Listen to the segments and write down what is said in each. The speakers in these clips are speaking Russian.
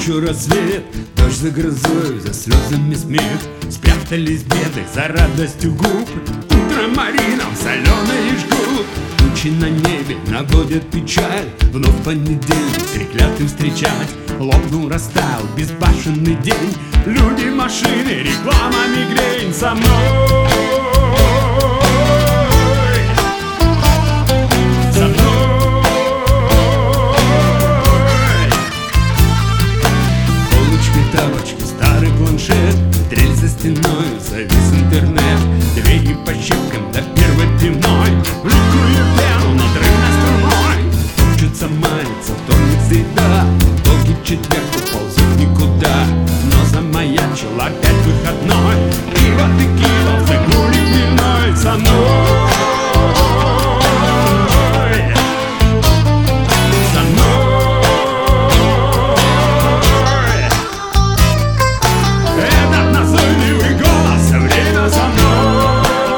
ночью рассвет, дождь за грозой, за слезами смех. Спрятались беды за радостью губ, ультрамарином соленые жгут. Тучи на небе наводят печаль, вновь понедельник треклятым встречать. Лопнул, растаял безбашенный день, люди, машины, реклама, мигрень. Со мной, со мной. Полочки, тапочки, старый планшет, трель за стеной, завис интернет. Двери по щепкам до первой дневной, легкую пену надрывной струной. Хочется маяться, вторник, среда, долгий четверг уползет никуда. Но замаячил опять выходной, пиво, текила, загулит дневной. Со мной, со мной. Этот назойливый голос, все время со мной.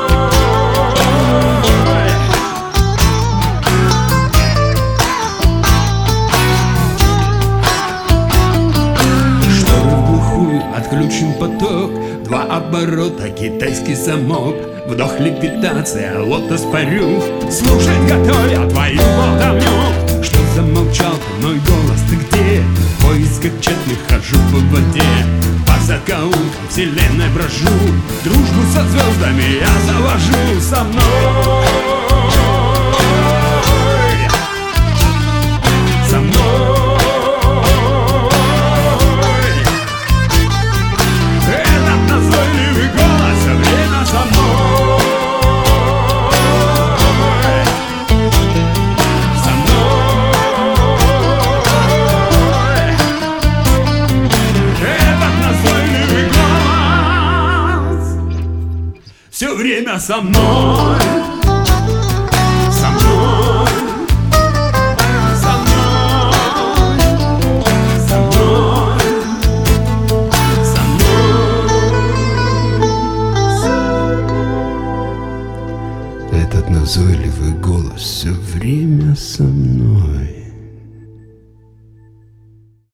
Отключим поток, два оборота, китайский замок. Вдох, левитация, лотос парю. Слушать готов я твою болтовню. Что замолчал ты, мой голос, ты где? В поисках тщетных хожу по воде, по закоулкам вселенной брожу. Дружбу со звездами я завожу. Со мной, со мной. Назойливый голос, все время со мной. Со мной. Этот назойливый голос все время со мной. Со мной. Со мной. Со мной. Этот назойливый голос все время со мной.